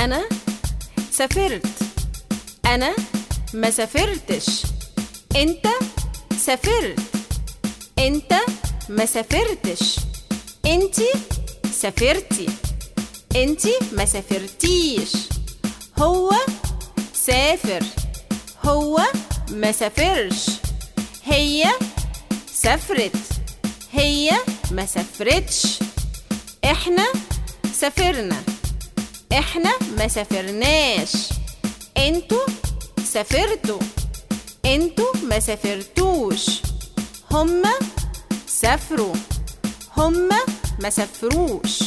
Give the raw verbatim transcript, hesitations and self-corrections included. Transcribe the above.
أنا سافرت. أنا ما سافرتش. أنت سافرت. أنت ما سافرتش. أنتي سافرتي. أنتي ما سافرتيش. هو سافر. هو ما سافرش. هي سافرت. هي ما سافرتش. احنا سافرنا. احنا ما سافرناش. انتوا سافرتوا. انتوا ما سافرتوش. هما سافروا. هما ما سافروش.